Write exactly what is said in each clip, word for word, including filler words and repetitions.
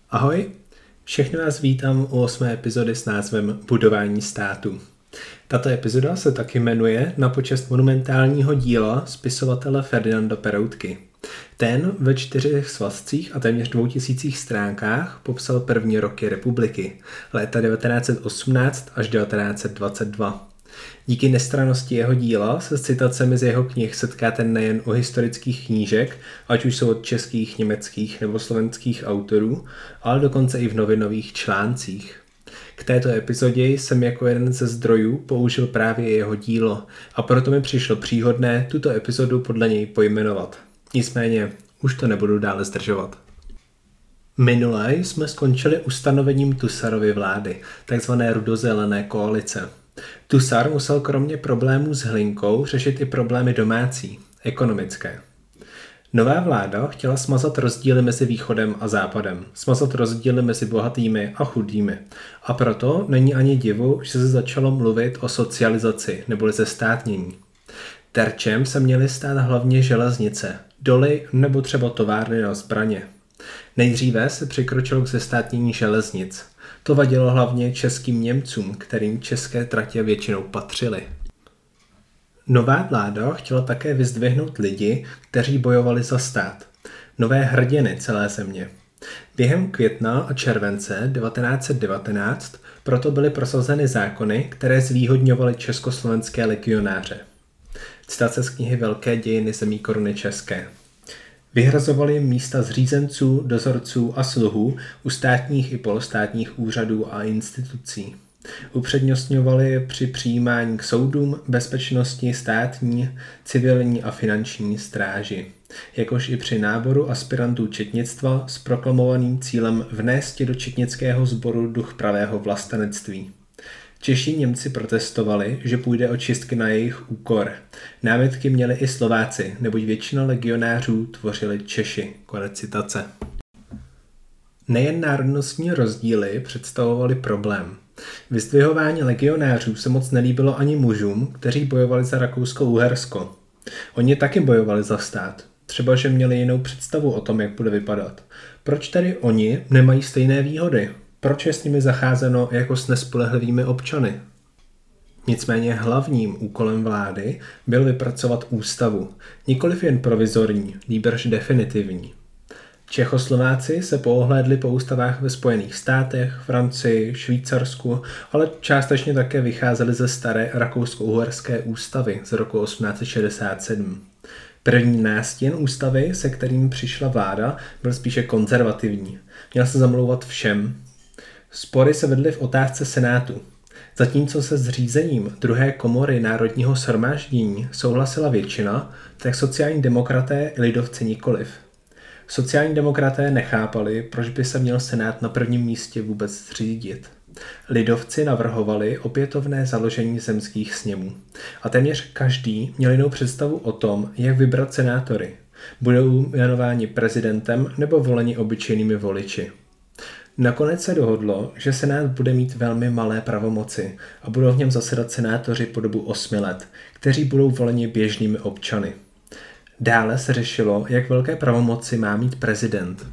Ahoj, všechny vás vítám u osmé epizody s názvem Budování státu. Tato epizoda se taky jmenuje na počest monumentálního díla spisovatele Ferdinanda Peroutky. Ten ve čtyřech svazcích a téměř dvou tisících stránkách popsal první roky republiky, léta devatenáct set osmnáct až devatenáct set dvacet dva. Díky nestrannosti jeho díla se s citacemi z jeho knih setkáte nejen u historických knížek, ať už jsou od českých, německých nebo slovenských autorů, ale dokonce i v novinových článcích. K této epizodě jsem jako jeden ze zdrojů použil právě jeho dílo a proto mi přišlo příhodné tuto epizodu podle něj pojmenovat. Nicméně už to nebudu dále zdržovat. Minule jsme skončili ustanovením Thusarovy vlády, takzvané rudozelené koalice. Thusar musel kromě problémů s hlinkou řešit i problémy domácí, ekonomické. Nová vláda chtěla smazat rozdíly mezi východem a západem, smazat rozdíly mezi bohatými a chudými. A proto není ani divu, že se začalo mluvit o socializaci neboli zestátnění. Terčem se měly stát hlavně železnice, doly nebo třeba továrny na zbraně. Nejdříve se přikročilo k zestátnění železnic. To vadilo hlavně českým Němcům, kterým české tratě většinou patřily. Nová vláda chtěla také vyzdvihnout lidi, kteří bojovali za stát. Nové hrdiny celé země. Během května a července devatenáct set devatenáct proto byly prosazeny zákony, které zvýhodňovaly československé legionáře. Citace z knihy Velké dějiny zemí koruny české. Vyhrazovali místa zřízenců, dozorců a sluhů u státních i polostátních úřadů a institucí. Upřednostňovali je při přijímání k soudům, bezpečnosti, státní, civilní a finanční stráži, jakož i při náboru aspirantů četnictva s proklamovaným cílem vnést do četnického sboru duch pravého vlastenectví. Čeští Němci protestovali, že půjde o čistky na jejich úkor. Námitky měli i Slováci, neboť většina legionářů tvořili Češi. Konec citace. Nejen národnostní rozdíly představovaly problém. Vyzdvihování legionářů se moc nelíbilo ani mužům, kteří bojovali za Rakousko-Uhersko. Oni taky bojovali za stát. Třeba, že měli jinou představu o tom, jak bude vypadat. Proč tedy oni nemají stejné výhody? Proč je s nimi zacházeno jako s nespolehlivými občany? Nicméně hlavním úkolem vlády byl vypracovat ústavu, nikoliv jen provizorní, nýbrž definitivní. Čechoslováci se poohlédli po ústavách ve Spojených státech, Francii, Švýcarsku, ale částečně také vycházeli ze staré rakousko-uherské ústavy z roku osmnáct set šedesát sedm. První nástin ústavy, se kterým přišla vláda, byl spíše konzervativní. Měl se zamlouvat všem. Spory se vedly v otázce Senátu. Zatímco se zřízením druhé komory Národního shromáždění souhlasila většina, tak sociální demokraté i lidovci nikoliv. Sociální demokraté nechápali, proč by se měl Senát na prvním místě vůbec zřídit. Lidovci navrhovali opětovné založení zemských sněmů. A téměř každý měl jinou představu o tom, jak vybrat senátory. Budou jmenováni prezidentem nebo voleni obyčejnými voliči. Nakonec se dohodlo, že Senát bude mít velmi malé pravomoci a budou v něm zasedat senátoři po dobu osmi let, kteří budou voleni běžnými občany. Dále se řešilo, jak velké pravomoci má mít prezident.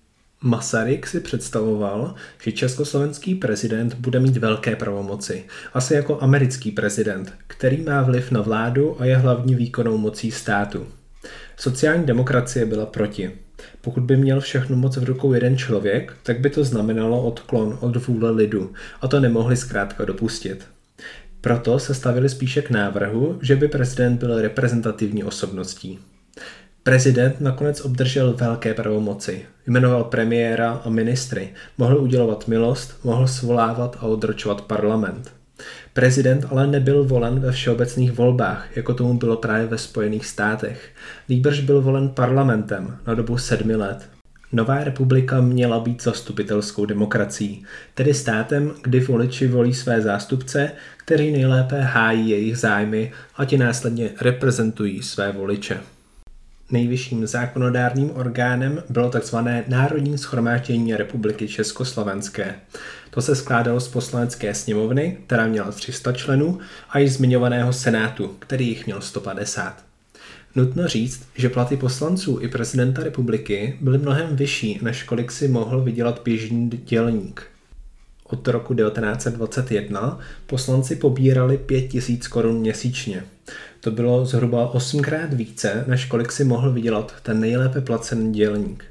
Masaryk si představoval, že československý prezident bude mít velké pravomoci, asi jako americký prezident, který má vliv na vládu a je hlavní výkonnou mocí státu. Sociální demokracie byla proti. Pokud by měl všechnu moc v rukou jeden člověk, tak by to znamenalo odklon od vůle lidu a to nemohli zkrátka dopustit. Proto se stavili spíše k návrhu, že by prezident byl reprezentativní osobností. Prezident nakonec obdržel velké pravomoci. Jmenoval premiéra a ministry, mohl udělovat milost, mohl svolávat a odročovat parlament. Prezident ale nebyl volen ve všeobecných volbách, jako tomu bylo právě ve Spojených státech. Nýbrž byl volen parlamentem na dobu sedmi let. Nová republika měla být zastupitelskou demokracií, tedy státem, kdy voliči volí své zástupce, kteří nejlépe hájí jejich zájmy a ti následně reprezentují své voliče. Nejvyšším zákonodárným orgánem bylo tzv. Národní shromáždění Republiky Československé. To se skládalo z poslanecké sněmovny, která měla tři sta členů, a i zmiňovaného senátu, který jich měl sto padesát. Nutno říct, že platy poslanců i prezidenta republiky byly mnohem vyšší, než kolik si mohl vydělat běžný dělník. Od roku devatenáct set dvacet jedna poslanci pobírali pět tisíc korun měsíčně. To bylo zhruba osmkrát více, než kolik si mohl vydělat ten nejlépe placený dělník.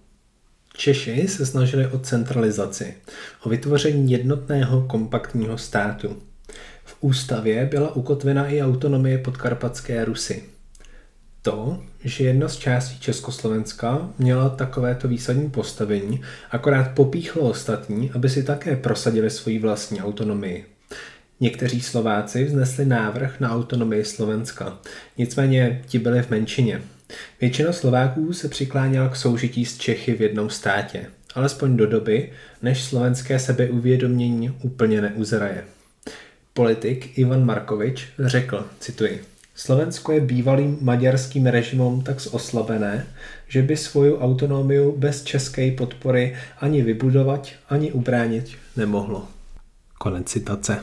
Češi se snažili o centralizaci, o vytvoření jednotného kompaktního státu. V ústavě byla ukotvena i autonomie Podkarpatské Rusy. To, že jedna z částí Československa měla takovéto výsadní postavení, akorát popíchlo ostatní, aby si také prosadili svoji vlastní autonomii. Někteří Slováci vznesli návrh na autonomii Slovenska, nicméně ti byli v menšině. Většina Slováků se přikláněla k soužití s Čechy v jednom státě, alespoň do doby, než slovenské sebeuvědomění úplně neuzraje. Politik Ivan Markovič řekl, cituji, Slovensko je bývalým maďarským režimem tak oslabené, že by svoju autonomiu bez české podpory ani vybudovat, ani ubránit nemohlo. Konec citace.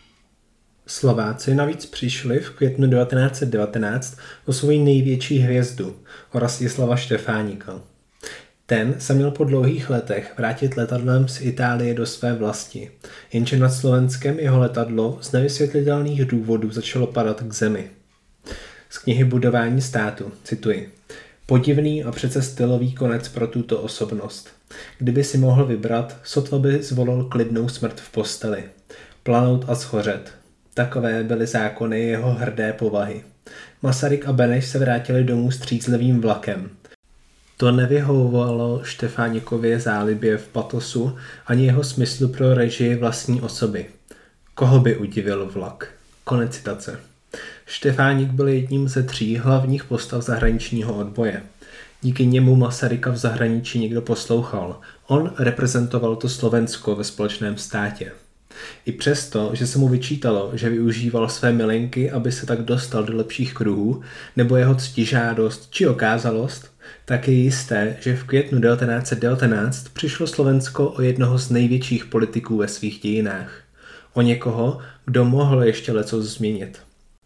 Slováci navíc přišli v květnu devatenáct set devatenáct o svoji největší hvězdu, o Rastislava Štefánika. Ten se měl po dlouhých letech vrátit letadlem z Itálie do své vlasti, jenže nad Slovenskem jeho letadlo z nevysvětlitelných důvodů začalo padat k zemi. Z knihy Budování státu, cituji, podivný a přece stylový konec pro tuto osobnost. Kdyby si mohl vybrat, sotva by zvolil klidnou smrt v posteli. Planout a schořet. Takové byly zákony jeho hrdé povahy. Masaryk a Beneš se vrátili domů střízlivým vlakem. To nevyhovovalo Štefánikově zálibě v patosu ani jeho smyslu pro režii vlastní osoby. Koho by udivil vlak? Konec citace. Štefánik byl jedním ze tří hlavních postav zahraničního odboje. Díky němu Masaryka v zahraničí někdo poslouchal. On reprezentoval to Slovensko ve společném státě. I přesto, že se mu vyčítalo, že využíval své milenky, aby se tak dostal do lepších kruhů, nebo jeho ctižádost či okázalost, tak je jisté, že v květnu devatenáct set devatenáct přišlo Slovensko o jednoho z největších politiků ve svých dějinách. O někoho, kdo mohl ještě lecos změnit.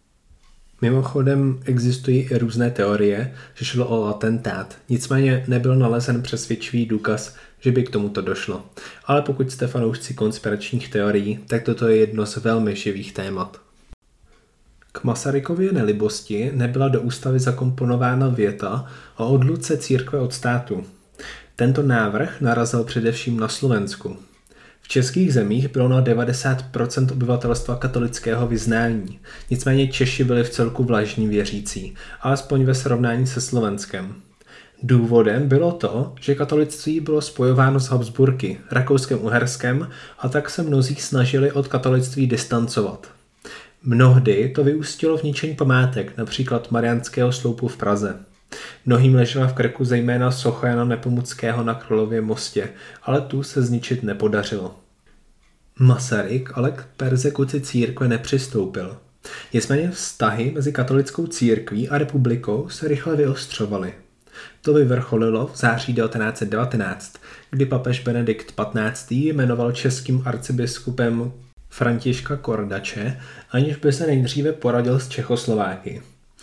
Mimochodem existují i různé teorie, že šlo o atentát, nicméně nebyl nalezen přesvědčivý důkaz, že by k tomuto došlo. Ale pokud jste fanoušci konspiračních teorií, tak toto je jedno z velmi živých témat. K Masarykově nelibosti nebyla do ústavy zakomponována věta o odluce církve od státu. Tento návrh narazil především na Slovensku. V českých zemích bylo na devadesát procent obyvatelstva katolického vyznání, nicméně Češi byli v celku vlažní věřící, alespoň ve srovnání se Slovenskem. Důvodem bylo to, že katolictví bylo spojováno s Habsburky, Rakouskem-Uherskem a tak se mnozí snažili od katolictví distancovat. Mnohdy to vyústilo v ničení památek, například Mariánského sloupu v Praze. Mnohým ležela v krku zejména socha Jana Nepomuckého na Králově mostě, ale tu se zničit nepodařilo. Masaryk ale k perzekuci církve nepřistoupil. Nicméně vztahy mezi katolickou církví a republikou se rychle vyostřovaly. To vyvrcholilo v září devatenáct set devatenáct, kdy papež Benedikt patnáctý jmenoval českým arcibiskupem Františka Kordače, aniž by se nejdříve poradil s Čechoslováky.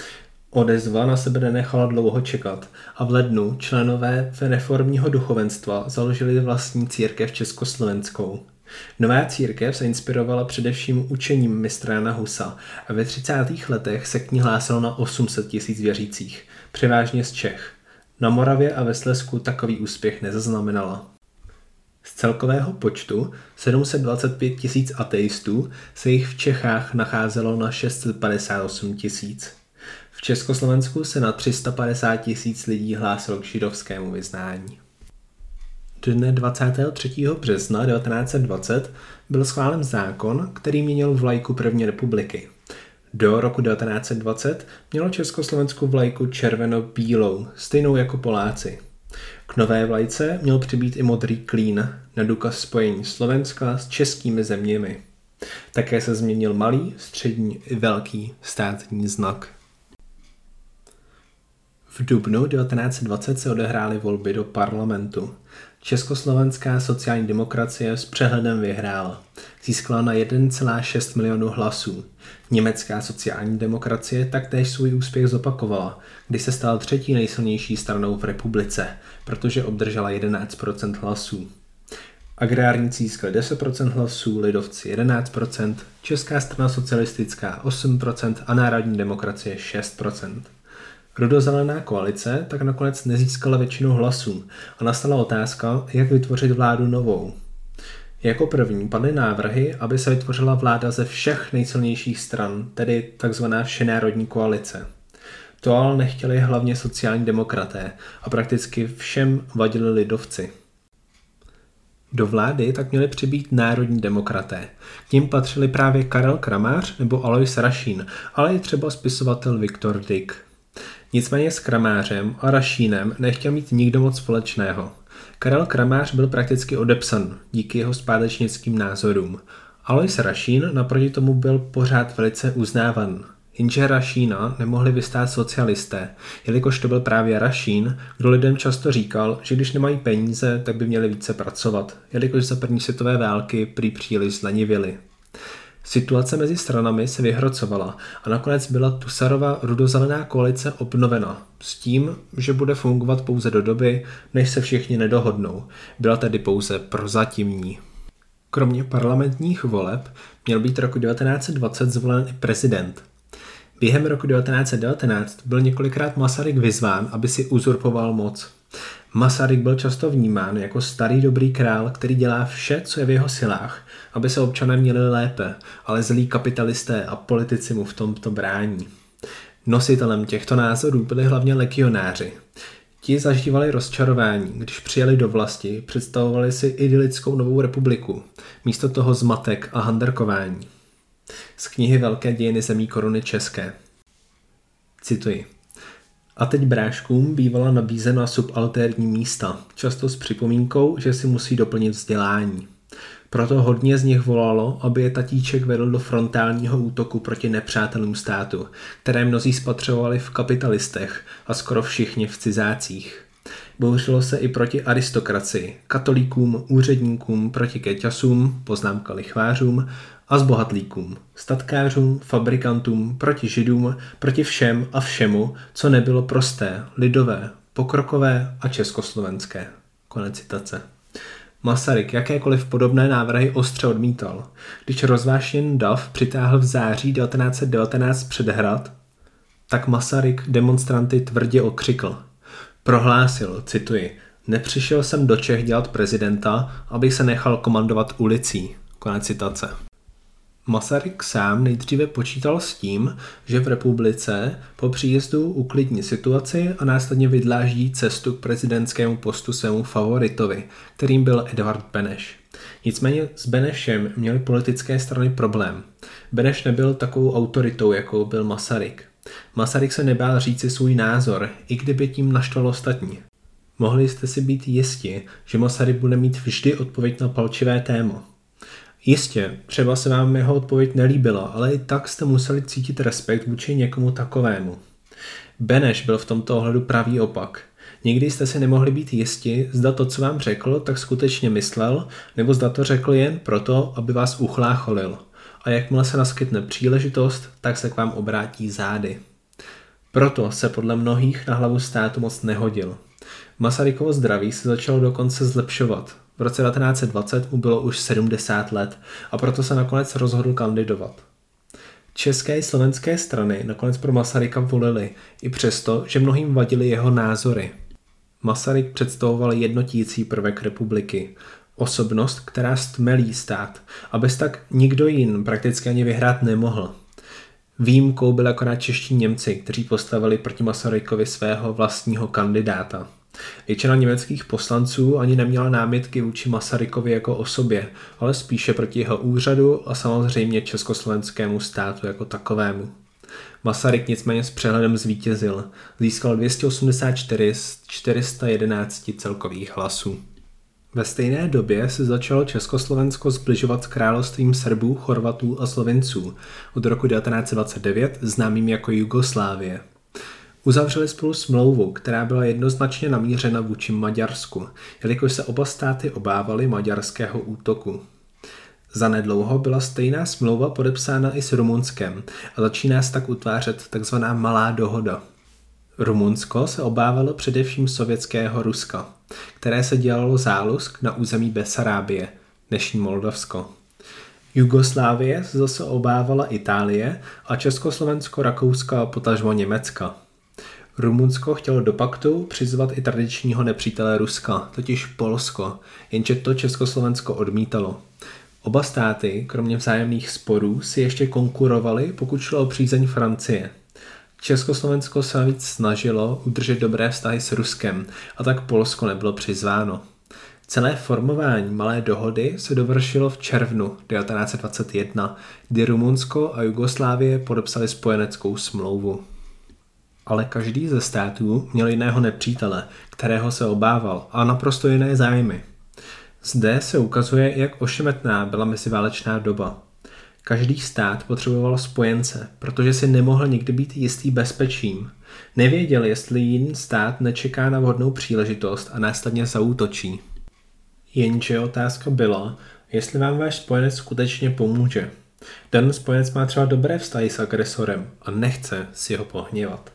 Odezva na sebe nenechala dlouho čekat a v lednu členové reformního duchovenstva založili vlastní církev československou. Nová církev se inspirovala především učením mistra Jana Husa a ve třicátých letech se k ní hlásilo na osm set tisíc věřících, převážně z Čech. Na Moravě a ve Slezsku takový úspěch nezaznamenala. Z celkového počtu sedm set dvacet pět tisíc ateistů se jich v Čechách nacházelo na šest set padesát osm tisíc. V Československu se na tři sta padesát tisíc lidí hlásilo k židovskému vyznání. Dne dvacátého třetího března devatenáct set dvacet byl schválen zákon, který měnil vlajku první republiky. Do roku devatenáct set dvacet mělo Československo vlajku červeno-bílou, stejnou jako Poláci. K nové vlajce měl přibýt i modrý klín, na důkaz spojení Slovenska s českými zeměmi. Také se změnil malý, střední i velký státní znak. V dubnu devatenáct set dvacet se odehrály volby do parlamentu. Československá sociální demokracie s přehledem vyhrála. Získala na jedna celá šest milionu hlasů. Německá sociální demokracie taktéž svůj úspěch zopakovala, kdy se stala třetí nejsilnější stranou v republice, protože obdržela jedenáct procent hlasů. Agrárníci získali deset procent hlasů, lidovci jedenáct procent, Česká strana socialistická osm procent a národní demokracie šest procent. Rudozelená koalice tak nakonec nezískala většinu hlasů a nastala otázka, jak vytvořit vládu novou. Jako první padly návrhy, aby se vytvořila vláda ze všech nejsilnějších stran, tedy tzv. Všenárodní koalice. To ale nechtěli hlavně sociální demokraté a prakticky všem vadili lidovci. Do vlády tak měli přibýt národní demokraté. K nim patřili právě Karel Kramář nebo Alois Rašín, ale i třeba spisovatel Viktor Dyk. Nicméně s Kramářem a Rašínem nechtěl mít nikdo moc společného. Karel Kramář byl prakticky odepsan díky jeho zpátečnickým názorům. Alois Rašín naproti tomu byl pořád velice uznávan. Jenže Rašína nemohli vystát socialisté, jelikož to byl právě Rašín, kdo lidem často říkal, že když nemají peníze, tak by měli více pracovat, jelikož za první světové války prý příliš zlenivěli. Situace mezi stranami se vyhrocovala a nakonec byla Tusarova rudozelená koalice obnovena s tím, že bude fungovat pouze do doby, než se všichni nedohodnou. Byla tedy pouze prozatímní. Kromě parlamentních voleb měl být roku devatenáct set dvacet zvolen i prezident. Během roku devatenáct set devatenáct byl několikrát Masaryk vyzván, aby si uzurpoval moc. Masaryk byl často vnímán jako starý dobrý král, který dělá vše, co je v jeho silách, aby se občané měli lépe, ale zlí kapitalisté a politici mu v tomto brání. Nositelem těchto názorů byli hlavně legionáři. Ti zažívali rozčarování, když přijeli do vlasti, představovali si idylickou novou republiku, místo toho zmatek a handrkování. Z knihy Velké dějiny zemí koruny české. Cituji. A teď bráškům bývala nabízena subaltérní místa, často s připomínkou, že si musí doplnit vzdělání. Proto hodně z nich volalo, aby je tatíček vedl do frontálního útoku proti nepřátelům státu, které mnozí spatřovali v kapitalistech a skoro všichni v cizácích. Bouřilo se i proti aristokracii, katolíkům, úředníkům, proti keťasům, poznámka lichvářům a zbohatlíkům, statkářům, fabrikantům, proti židům, proti všem a všemu, co nebylo prosté, lidové, pokrokové a československé. Konec citace. Masaryk jakékoliv podobné návrhy ostře odmítal. Když rozvášněn dav přitáhl v září devatenáct set devatenáct před hrad, tak Masaryk demonstranty tvrdě okřikl. Prohlásil, cituji, nepřišel jsem do Čech dělat prezidenta, abych se nechal komandovat ulicí. Konec citace. Masaryk sám nejdříve počítal s tím, že v republice po příjezdu uklidní situaci a následně vydláždí cestu k prezidentskému postu svému favoritovi, kterým byl Edvard Beneš. Nicméně s Benešem měly politické strany problém. Beneš nebyl takovou autoritou, jakou byl Masaryk. Masaryk se nebál říci svůj názor, i kdyby tím naštval ostatní. Mohli jste si být jisti, že Masaryk bude mít vždy odpověď na palčivé téma. Jistě, třeba se vám jeho odpověď nelíbila, ale i tak jste museli cítit respekt vůči někomu takovému. Beneš byl v tomto ohledu pravý opak. Nikdy jste si nemohli být jisti, zda to, co vám řekl, tak skutečně myslel, nebo zda to řekl jen proto, aby vás uchlácholil. A jakmile se naskytne příležitost, tak se k vám obrátí zády. Proto se podle mnohých na hlavu státu moc nehodil. Masarykovo zdraví se začalo dokonce zlepšovat. V roce devatenáct set dvacet mu bylo už sedmdesát let a proto se nakonec rozhodl kandidovat. České i slovenské strany nakonec pro Masaryka volili, i přesto, že mnohým vadily jeho názory. Masaryk představoval jednotící prvek republiky, osobnost, která stmelí stát a bez tak nikdo jin prakticky ani vyhrát nemohl. Výjimkou byli akorát čeští Němci, kteří postavili proti Masarykovi svého vlastního kandidáta. Většina německých poslanců ani neměla námitky vůči Masarykovi jako osobě, ale spíše proti jeho úřadu a samozřejmě československému státu jako takovému. Masaryk nicméně s přehledem zvítězil, získal dvě stě osmdesát čtyři z čtyři sta jedenáct celkových hlasů. Ve stejné době se začalo Československo zbližovat s královstvím Srbů, Chorvatů a Slovinců od roku devatenáct set dvacet devět známým jako Jugoslávie. Uzavřeli spolu smlouvu, která byla jednoznačně namířena vůči Maďarsku, jelikož se oba státy obávaly maďarského útoku. Zanedlouho byla stejná smlouva podepsána i s Rumunskem a začíná se tak utvářet tzv. Malá dohoda. Rumunsko se obávalo především sovětského Ruska, které se dělalo zálusk na území Besarábie, dnešní Moldavsko. Jugoslávie se zase obávala Itálie a Československo, Rakouska a potažmo Německa. Rumunsko chtělo do paktu přizvat i tradičního nepřítele Ruska, totiž Polsko, jenže to Československo odmítalo. Oba státy, kromě vzájemných sporů, si ještě konkurovali, pokud šlo o přízeň Francie. Československo se navíc snažilo udržet dobré vztahy s Ruskem a tak Polsko nebylo přizváno. Celé formování Malé dohody se dovršilo v červnu devatenáct set dvacet jedna, kdy Rumunsko a Jugoslávie podepsali spojeneckou smlouvu. Ale každý ze států měl jiného nepřítele, kterého se obával, a naprosto jiné zájmy. Zde se ukazuje, jak ošemetná byla meziválečná doba. Každý stát potřeboval spojence, protože si nemohl nikdy být jistý bezpečím. Nevěděl, jestli jiný stát nečeká na vhodnou příležitost a následně zaútočí. Jenže otázka byla, jestli vám váš spojenec skutečně pomůže. Ten spojenec má třeba dobré vztahy s agresorem a nechce si ho pohněvat.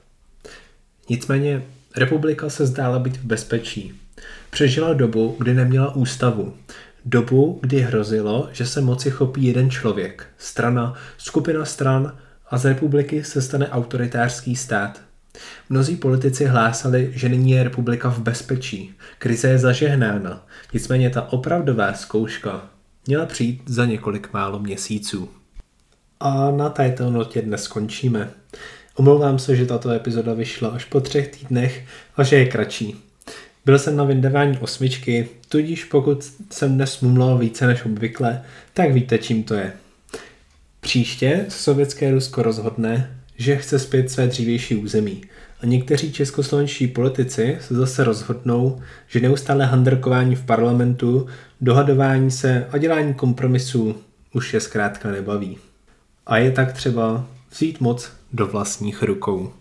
Nicméně republika se zdála být v bezpečí. Přežila dobu, kdy neměla ústavu. Dobu, kdy hrozilo, že se moci chopí jeden člověk, strana, skupina stran a z republiky se stane autoritářský stát. Mnozí politici hlásali, že nyní je republika v bezpečí, krize je zažehnána, nicméně ta opravdová zkouška měla přijít za několik málo měsíců. A na této notě dnes skončíme. Omlouvám se, že tato epizoda vyšla až po třech týdnech a že je kratší. Byl jsem na vydávání osmičky, tudíž pokud jsem dnes mumlal více než obvykle, tak víte, čím to je. Příště sovětské Rusko rozhodne, že chce zpět své dřívější území. A někteří českoslovenští politici se zase rozhodnou, že neustále handrkování v parlamentu, dohadování se a dělání kompromisů už je zkrátka nebaví. A je tak třeba vzít moc do vlastních rukou.